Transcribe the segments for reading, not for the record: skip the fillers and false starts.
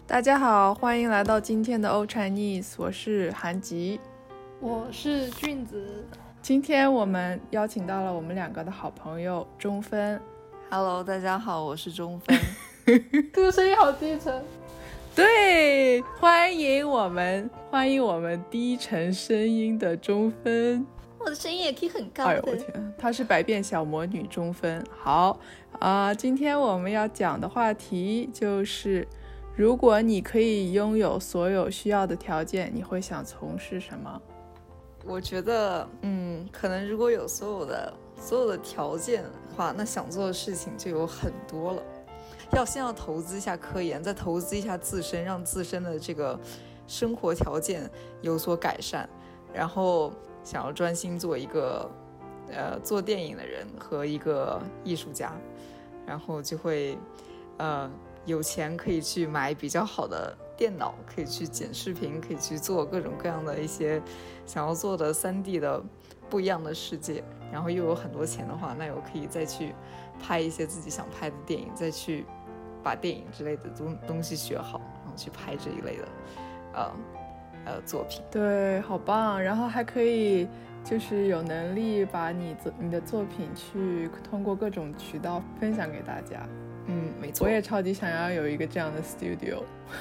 大家好，欢迎来到今天的 Old Chinese， 我是韩吉， 我是俊子。 今天我们邀请到了我们两个的好朋友中分。 Hello， 大家好，我是中分。 这个声音好低沉。 对，欢迎我们低沉声音的中分。 我的声音也可以很高的。 哎呦我天，她是百变小魔女中分。好今天我们要讲的话题就是，如果你可以拥有所有需要的条件，你会想从事什么？ 我觉得可能如果有所有的条件的话，那想做的事情就有很多了。先要投资一下科研，再投资一下自身，让自身的这个生活条件有所改善，然后想要专心做一个做电影的人和一个艺术家，然后就会有钱可以去买比较好的电脑，可以去剪视频，可以去做各种各样的一些想要做的 3D 的不一样的世界，然后又有很多钱的话，那我可以再去拍一些自己想拍的电影，再去把电影之类的东西学好，然后去拍这一类的作品。 对，好棒。然后还可以就是有能力把你的作品去通过各种渠道分享给大家。 没错， 我也超级想要有一个这样的 studio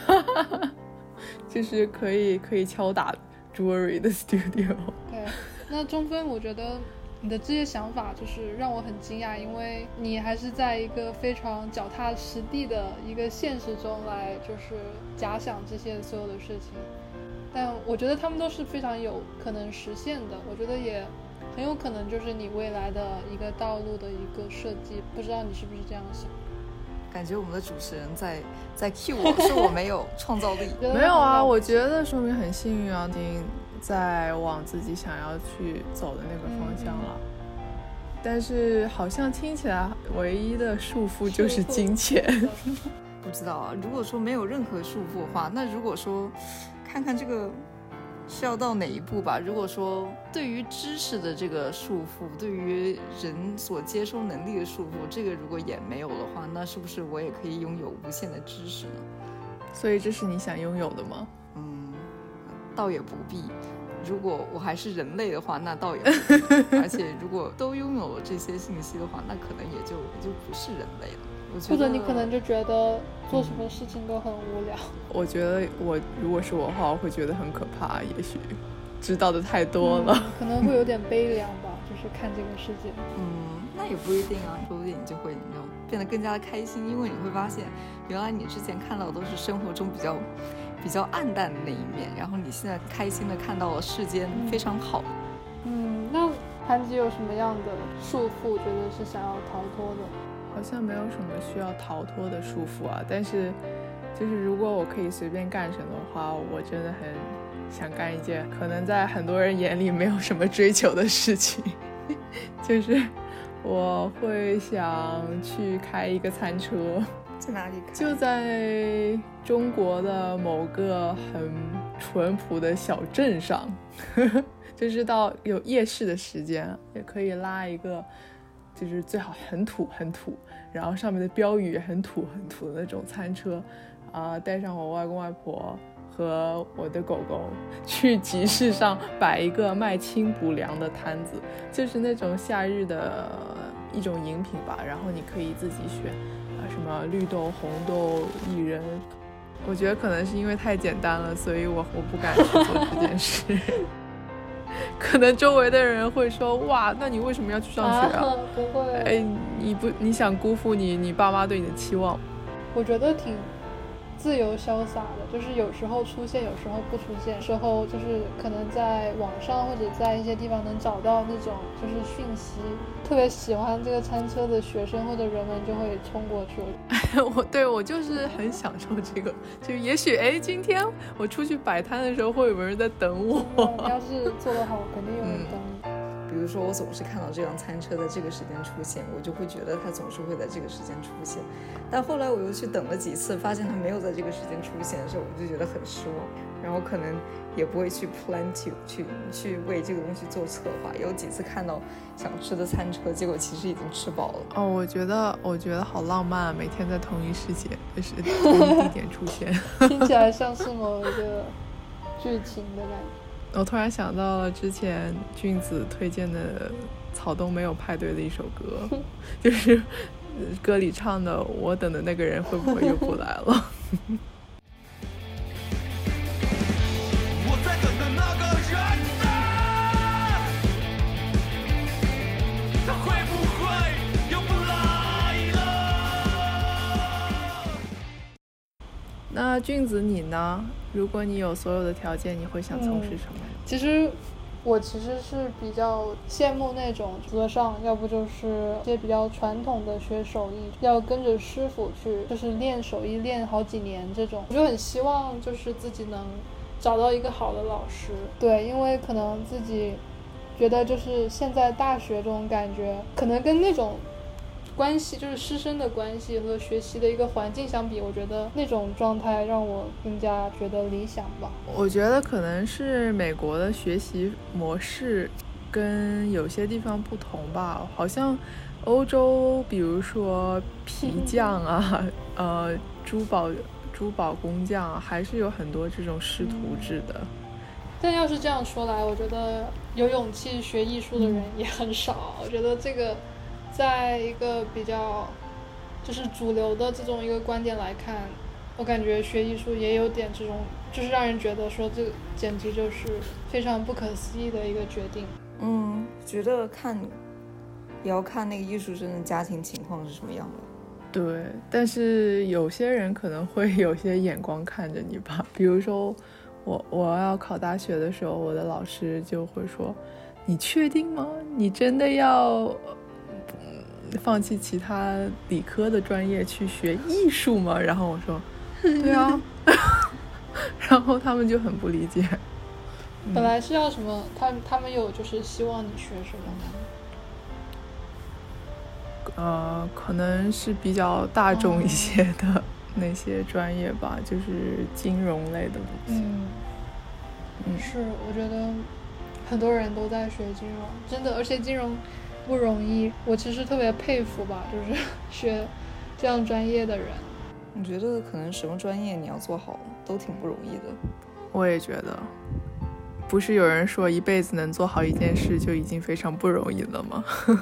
就是可以敲打 jewelry 的 studio。 对，那中分我觉得你的这些想法就是让我很惊讶，因为你还是在一个非常脚踏实地的一个现实中来就是假想这些所有的事情，但我觉得他们都是非常有可能实现的，我觉得也很有可能就是你未来的一个道路的一个设计，不知道你是不是这样想。 感觉我们的主持人在 cue 我，说我没有创造力。 没有啊，我觉得说明很幸运啊，已经在往自己想要去走的那个方向了。但是好像听起来唯一的束缚就是金钱。 不知道啊，如果说没有任何束缚的话，那如果说看看这个是要到哪一步吧。如果说对于知识的这个束缚，对于人所接收能力的束缚，这个如果也没有的话，那是不是我也可以拥有无限的知识呢？ 所以这是你想拥有的吗？ 倒也不必。如果我还是人类的话，那倒也不必。而且如果都拥有了这些信息的话，那可能也就不是人类了。 或者你可能就觉得做什么事情都很无聊。 我觉得如果是我的话，我会觉得很可怕，也许知道的太多了。 可能会有点悲凉吧，就是看这个世界。 那也不一定啊，说不定你就会变得更加的开心，因为你会发现原来你之前看到的都是生活中比较暗淡的那一面，然后你现在开心的看到了世间非常好。 那韩吉有什么样的束缚觉得是想要逃脱的？ 好像没有什么需要逃脱的束缚啊，但是就是如果我可以随便干什么的话，我真的很想干一件可能在很多人眼里没有什么追求的事情就是我会想去开一个餐车。 在哪里开？ 就在中国的某个很淳朴的小镇上就是到有夜市的时间也可以拉一个，就是最好很土，然后上面的标语也很土的那种餐车带上我外公外婆和我的狗狗去集市上摆一个卖清补凉的摊子，就是那种夏日的一种饮品吧，然后你可以自己选什么绿豆、红豆、薏仁。我觉得可能是因为太简单了，所以我不敢去做这件事可能周围的人会说，哇，那你为什么要去上学啊？ 不会。 你想辜负你爸妈对你的期望？ 我觉得挺自由潇洒的，就是有时候出现，有时候不出现，有时候就是可能在网上或者在一些地方能找到那种就是讯息，特别喜欢这个餐车的学生或者人们就会冲过去我就是很享受这个，就也许今天我出去摆摊的时候会有人在等我你要是做得好肯定有人等你比如说我总是看到这辆餐车在这个时间出现，我就会觉得它总是会在这个时间出现，但后来我又去等了几次，发现它没有在这个时间出现的时候，我就觉得很失望。 然后可能也不会去 plan to 去为这个东西做策划。有几次看到想吃的餐车，结果其实已经吃饱了。 哦，我觉得好浪漫，每天在同一世界，就是同一地点出现。 听起来像是某一个剧情的感觉。 我突然想到了之前俊子推荐的草东没有派对的一首歌，就是歌里唱的我等的那个人会不会又不来了。 我在等的那个人呢？他会不会又不来了？ 那俊子你呢？如果你有所有的条件，你会想从事什么？ 其实是比较羡慕那种和尚，要不就是一些比较传统的学手艺，要跟着师傅去，就是练手艺练好几年这种。我就很希望就是自己能找到一个好的老师。对，因为可能自己觉得就是现在大学这种感觉，可能跟那种关系就是师生的关系和学习的一个环境相比，我觉得那种状态让我更加觉得理想吧。 我觉得可能是美国的学习模式跟有些地方不同吧，好像欧洲比如说皮匠啊珠宝工匠啊，还是有很多这种师徒制的。 但要是这样说来，我觉得有勇气学艺术的人也很少。我觉得这个在一个比较就是主流的这种一个观点来看，我感觉学艺术也有点这种，就是让人觉得说这简直就是非常不可思议的一个决定。 觉得也要看那个艺术生的家庭情况是什么样的。 对，但是有些人可能会有些眼光看着你吧，比如说我要考大学的时候，我的老师就会说，你确定吗？你真的要放弃其他理科的专业去学艺术吗？然后我说对啊。然后他们就很不理解。 本来是要什么，他们有就是希望你学什么的？可能是比较大众一些的那些专业吧，就是金融类的东西。 是，我觉得很多人都在学金融，真的，而且金融不容易。我其实特别佩服吧，就是学这样专业的人。 我觉得可能什么专业你要做好都挺不容易的。 我也觉得，不是有人说一辈子能做好一件事就已经非常不容易了吗？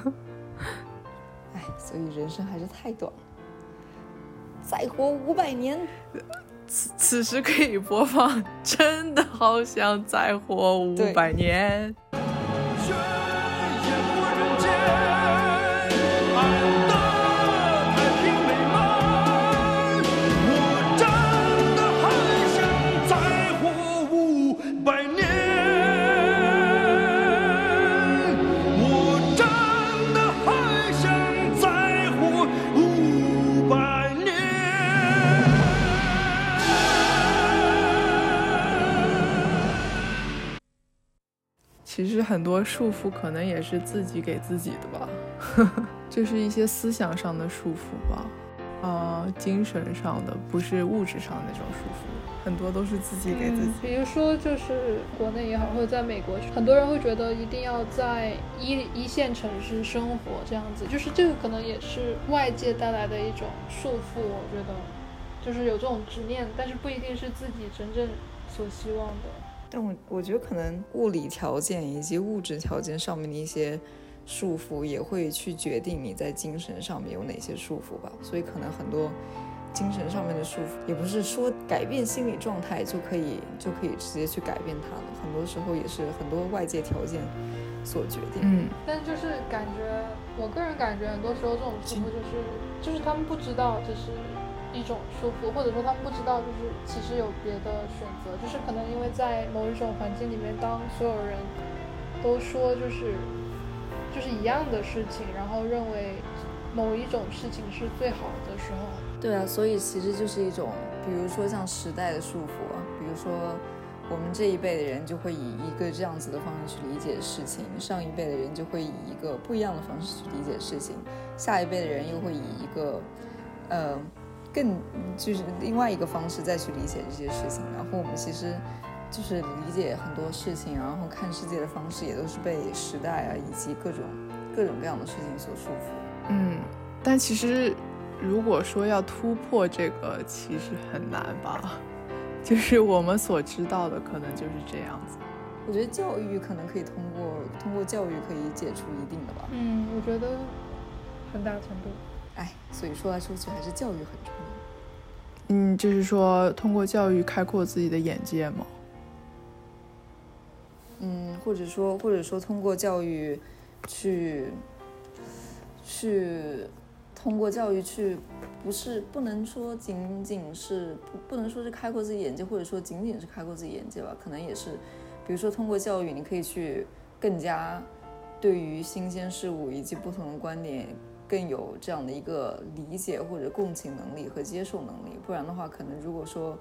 所以人生还是太短了，再活500年。 此时可以播放，真的好想再活500年。其实很多束缚可能也是自己给自己的吧，就是一些思想上的束缚吧，精神上的，不是物质上的那种束缚，很多都是自己给自己。 比如说就是国内也好，或者在美国，很多人会觉得一定要在一线城市生活这样子，就是这个可能也是外界带来的一种束缚。我觉得就是有这种执念，但是不一定是自己真正所希望的。 但我觉得可能物理条件以及物质条件上面的一些束缚也会去决定你在精神上面有哪些束缚吧。所以可能很多精神上面的束缚也不是说改变心理状态就可以直接去改变它了，很多时候也是很多外界条件所决定。 但就是感觉我个人感觉很多时候这种束缚就是他们不知道这是一种束缚，或者说他们不知道就是其实有别的选择，就是可能因为在某一种环境里面，当所有人都说就是一样的事情，然后认为某一种事情是最好的时候。 对啊，所以其实就是一种比如说像时代的束缚比如说我们这一辈的人就会以一个这样子的方式去理解事情，上一辈的人就会以一个不一样的方式去理解事情，下一辈的人又会以一个更就是另外一个方式再去理解这些事情。然后我们其实就是理解很多事情，然后看世界的方式也都是被时代啊以及各种各样的事情所束缚。 但其实如果说要突破这个，其实很难吧，就是我们所知道的可能就是这样子。 我觉得教育可能可以通过教育可以解除一定的吧。 我觉得很大程度。 所以说来说去还是教育很重要。 就是说通过教育开阔自己的眼界吗？ 或者说通过教育去通过教育去，不能说仅仅是不能说是开阔自己眼界，或者说仅仅是开阔自己眼界吧，可能也是，比如说通过教育，你可以去更加对于新鲜事物以及不同的观点更有这样的一个理解或者共情能力和接受能力。不然的话，可能如果说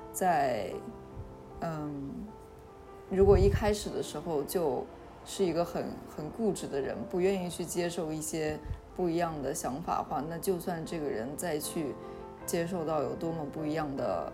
如果一开始的时候就是一个很固执的人，不愿意去接受一些不一样的想法的话，那就算这个人再去接受到有多么不一样的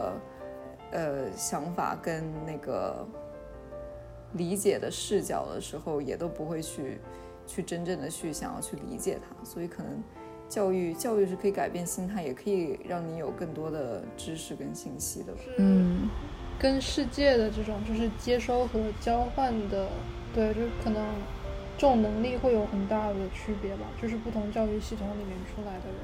想法跟那个理解的视角的时候，也都不会去真正的去想要去理解它。所以可能教育是可以改变心态，也可以让你有更多的知识跟信息的。 跟世界的这种就是接收和交换的，对，就可能这种能力会有很大的区别吧，就是不同教育系统里面出来的人。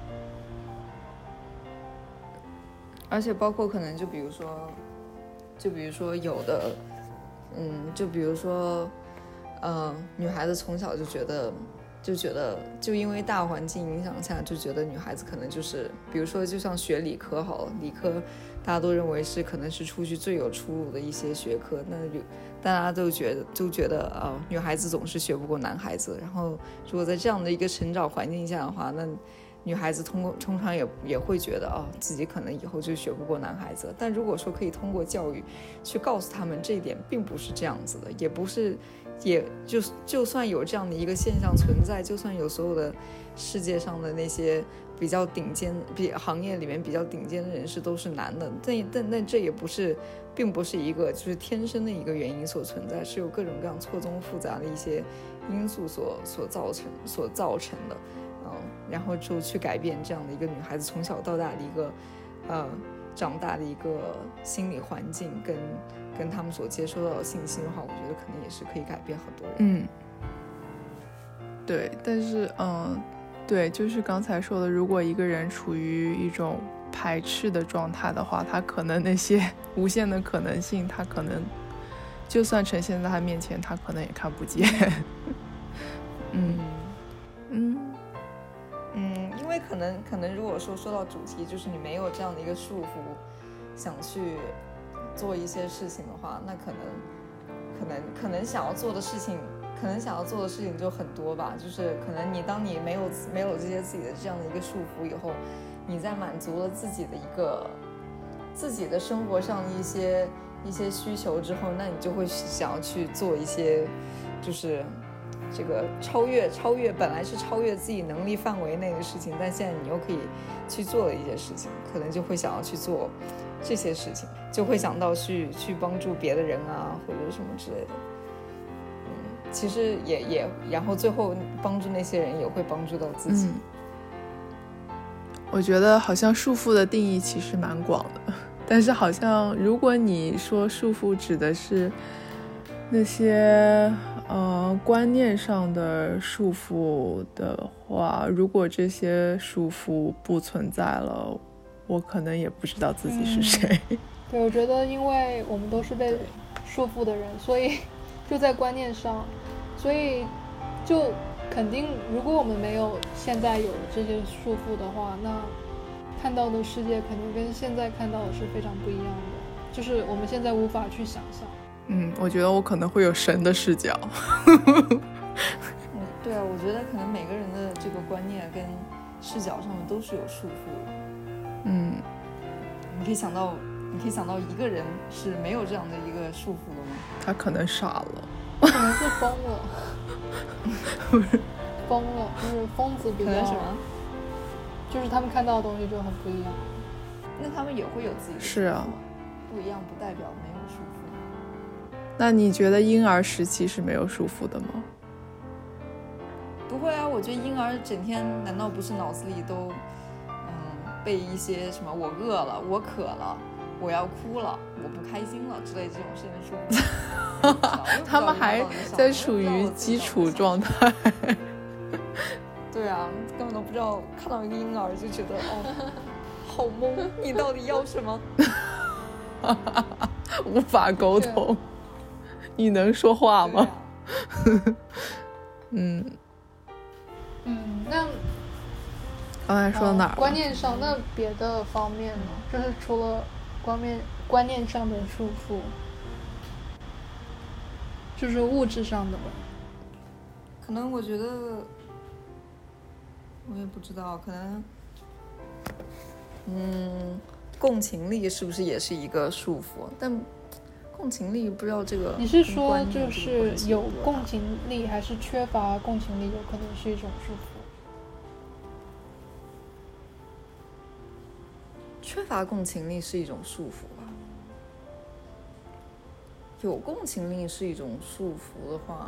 而且包括可能就比如说有的就比如说女孩子从小就觉得就因为大环境影响下，就觉得女孩子可能就是比如说就像学理科好了，理科大家都认为是可能是出去最有出路的一些学科，那大家都觉得女孩子总是学不过男孩子。然后如果在这样的一个成长环境下的话，那女孩子通常也会觉得自己可能以后就学不过男孩子。但如果说可以通过教育去告诉他们这一点并不是这样子的，也不是就算有这样的一个现象存在，就算有所有的世界上的那些比较顶尖行业里面比较顶尖的人士都是男的，但这也并不是一个就是天生的一个原因所存在，是有各种各样错综复杂的一些因素所造成的。然后就去改变这样的一个女孩子从小到大的一个长大的一个心理环境跟他们所接收到的信息的话，我觉得可能也是可以改变很多人。 对，但是对，就是刚才说的，如果一个人处于一种排斥的状态的话，他可能那些无限的可能性，他可能就算呈现在他面前，他可能也看不见。 因为可能如果说到主题，就是你没有这样的一个束缚，想去做一些事情的话，那可能想要做的事情就很多吧。就是可能当你没有这些自己的这样的一个束缚以后，你在满足了自己的生活上的一些需求之后，那你就会想要去做一些就是这个超越本来是超越自己能力范围内的事情，但现在你又可以去做的一些事情，可能就会想要去做这些事情，就会想到去帮助别的人啊，或者什么之类的。其实也然后最后帮助那些人也会帮助到自己。 我觉得好像束缚的定义其实蛮广的，但是好像如果你说束缚指的是那些观念上的束缚的话，如果这些束缚不存在了，我可能也不知道自己是谁。 对，我觉得因为我们都是被束缚的人，所以就在观念上，所以就肯定如果我们没有现在有这些束缚的话，那看到的世界肯定跟现在看到的是非常不一样的，就是我们现在无法去想象。 我觉得我可能会有神的视角。 对啊，我觉得可能每个人的这个观念跟视角上面都是有束缚的。你可以想到一个人是没有这样的一个束缚的吗？ 他可能傻了， 可能是疯了。疯了，就是疯子比较什么？ 就是他们看到的东西就很不一样。 那他们也会有自己的束缚。 是啊， 不一样不代表没有束缚。 那你觉得婴儿时期是没有束缚的吗？ 不会啊，我觉得婴儿整天难道不是脑子里都被一些什么我饿了，我渴了，我要哭了，我不开心了之类这种事情束缚？ 他们还在处于基础状态。 对啊，根本都不知道，看到一个婴儿就觉得哦，好懵，你到底要什么？ 无法沟通。你能说话吗？ 那刚才说到哪儿了？ 观念上，那别的方面呢？就是除了观念上的束缚，就是物质上的吧。 可能我觉得，我也不知道，可能，共情力是不是也是一个束缚？但共情力不知道这个， 你是说就是有共情力，还是缺乏共情力有可能是一种束缚？ 缺乏共情力是一种束缚吧？有共情力是一种束缚的话，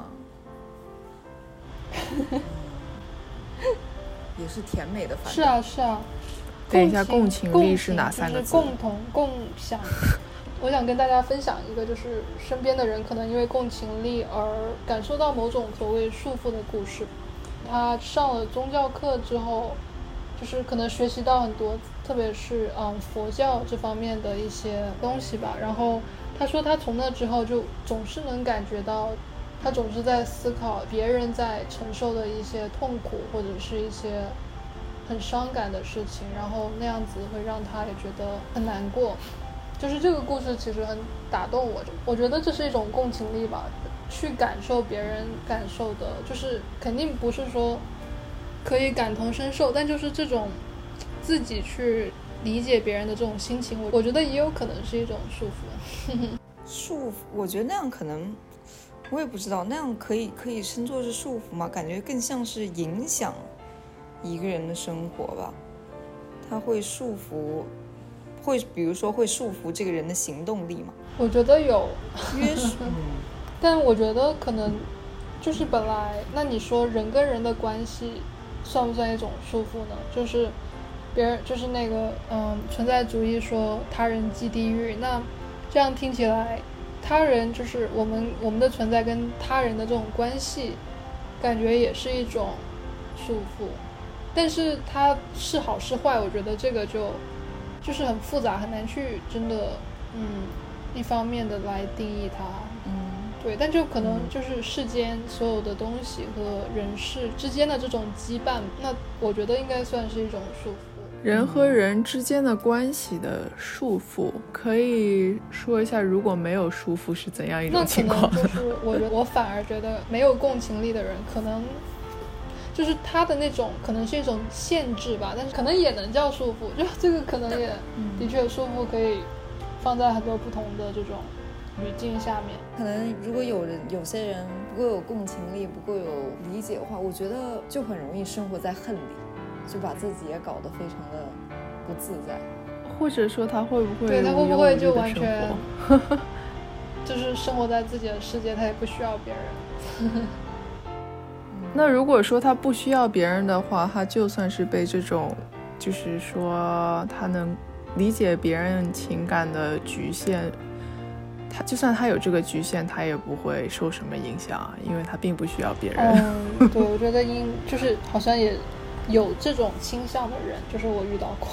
也是甜美的反应。 是啊。 等一下，共情力是哪三个字？ 就是共同共享。我想跟大家分享一个，就是身边的人可能因为共情力而感受到某种所谓束缚的故事。他上了宗教课之后，就是可能学习到很多，特别是佛教这方面的一些东西吧。然后他说他从那之后就总是能感觉到，他总是在思考别人在承受的一些痛苦或者是一些很伤感的事情，然后那样子会让他也觉得很难过。就是这个故事其实很打动我，我觉得这是一种共情力吧，去感受别人感受的，就是肯定不是说可以感同身受，但就是这种自己去理解别人的这种心情，我觉得也有可能是一种束缚。 束缚，我觉得那样可能，我也不知道，那样可以称作是束缚吗？感觉更像是影响一个人的生活吧，它会束缚。比如说会束缚这个人的行动力吗？ 我觉得有约束， 但我觉得可能就是本来，那你说人跟人的关系算不算一种束缚呢？就是别人就是那个存在主义说他人即地狱，那这样听起来，他人就是我们的存在跟他人的这种关系，感觉也是一种束缚。但是它是好是坏，我觉得这个就是很复杂，很难去真的一方面的来定义它。对，但就可能就是世间所有的东西和人事之间的这种羁绊，那我觉得应该算是一种束缚。 人和人之间的关系的束缚，可以说一下如果没有束缚是怎样一种情况？ 那可能就是我反而觉得没有共情力的人，可能就是他的那种可能是一种限制吧，但是可能也能叫束缚，就这个可能也的确束缚可以放在很多不同的这种语境下面。 可能如果有些人不够有共情力，不够有理解的话，我觉得就很容易生活在恨里，就把自己也搞得非常的不自在。 或者说他会不会对，他会不会就完全就是生活在自己的世界，他也不需要别人。 那如果说他不需要别人的话，他就算是被这种就是说他能理解别人情感的局限，他就算他有这个局限，他也不会受什么影响，因为他并不需要别人。 对，我觉得就是好像也有这种倾向的人，就是我遇到过。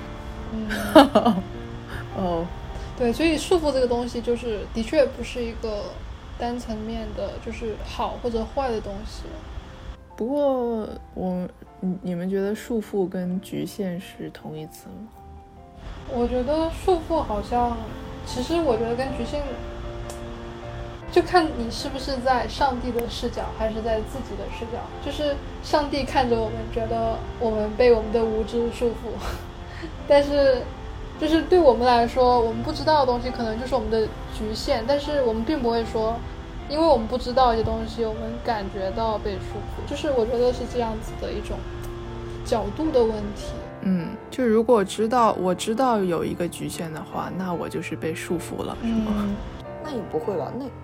对，所以束缚这个东西就是的确不是一个单层面的就是好或者坏的东西。 不过你们觉得束缚跟局限是同义词吗？ 我觉得束缚好像，其实我觉得跟局限就看你是不是在上帝的视角还是在自己的视角。就是上帝看着我们，觉得我们被我们的无知束缚，但是就是对我们来说，我们不知道的东西可能就是我们的局限，但是我们并不会说因为我们不知道一些东西，我们感觉到被束缚，就是我觉得是这样子的一种角度的问题。 就如果我知道有一个局限的话，那我就是被束缚了，是吗？ 那也不会吧？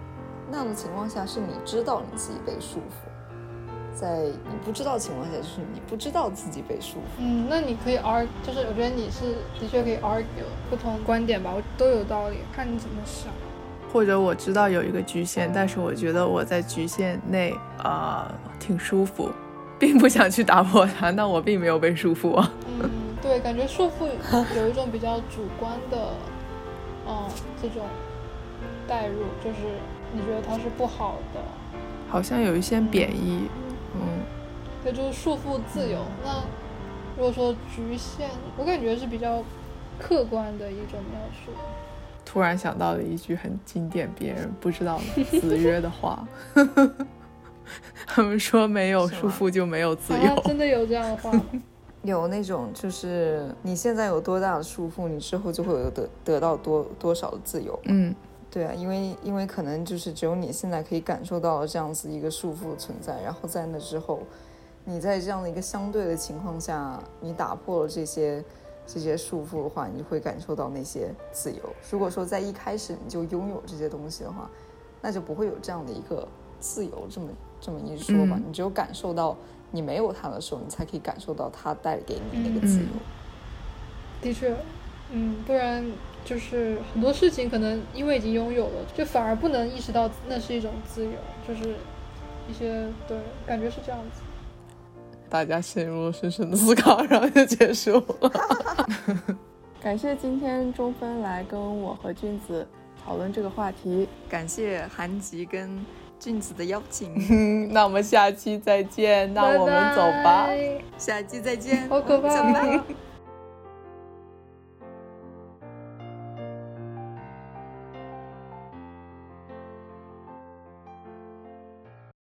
那样的情况下是你知道你自己被束缚，在你不知道的情况下就是你不知道自己被束缚。 那你可以 argue， 就是我觉得你是的确可以 argue 不同观点吧，都有道理，看你怎么想。 或者我知道有一个局限，但是我觉得我在局限内挺舒服，并不想去打破它，那我并没有被束缚啊。 对，感觉束缚有一种比较主观的这种代入，就是你觉得它是不好的， 好像有一些贬义。 对，就是束缚自由。那如果说局限，我感觉是比较客观的一种描述。 突然想到了一句很经典，别人不知道的子曰的话他们说没有束缚就没有自由。 真的有这样的话吗？ 有那种就是你现在有多大的束缚，你之后就会有得到多少的自由。对啊，因为可能就是只有你现在可以感受到这样子一个束缚存在，然后在那之后你在这样的一个相对的情况下，你打破了这些束缚的话，你就会感受到那些自由。如果说在一开始你就拥有这些东西的话，那就不会有这样的一个自由这么一说吧。你只有感受到你没有它的时候，你才可以感受到它带给你那个自由。 的确，不然就是很多事情可能因为已经拥有了，就反而不能意识到那是一种自由，就是一些对，感觉是这样子。 大家陷入了深深的思考，然后就结束了。感谢今天中分来跟我和俊子讨论这个话题， 感谢韩吉跟俊子的邀请。 那我们下期再见，那我们走吧。 下期再见， 好可怕。 走吧。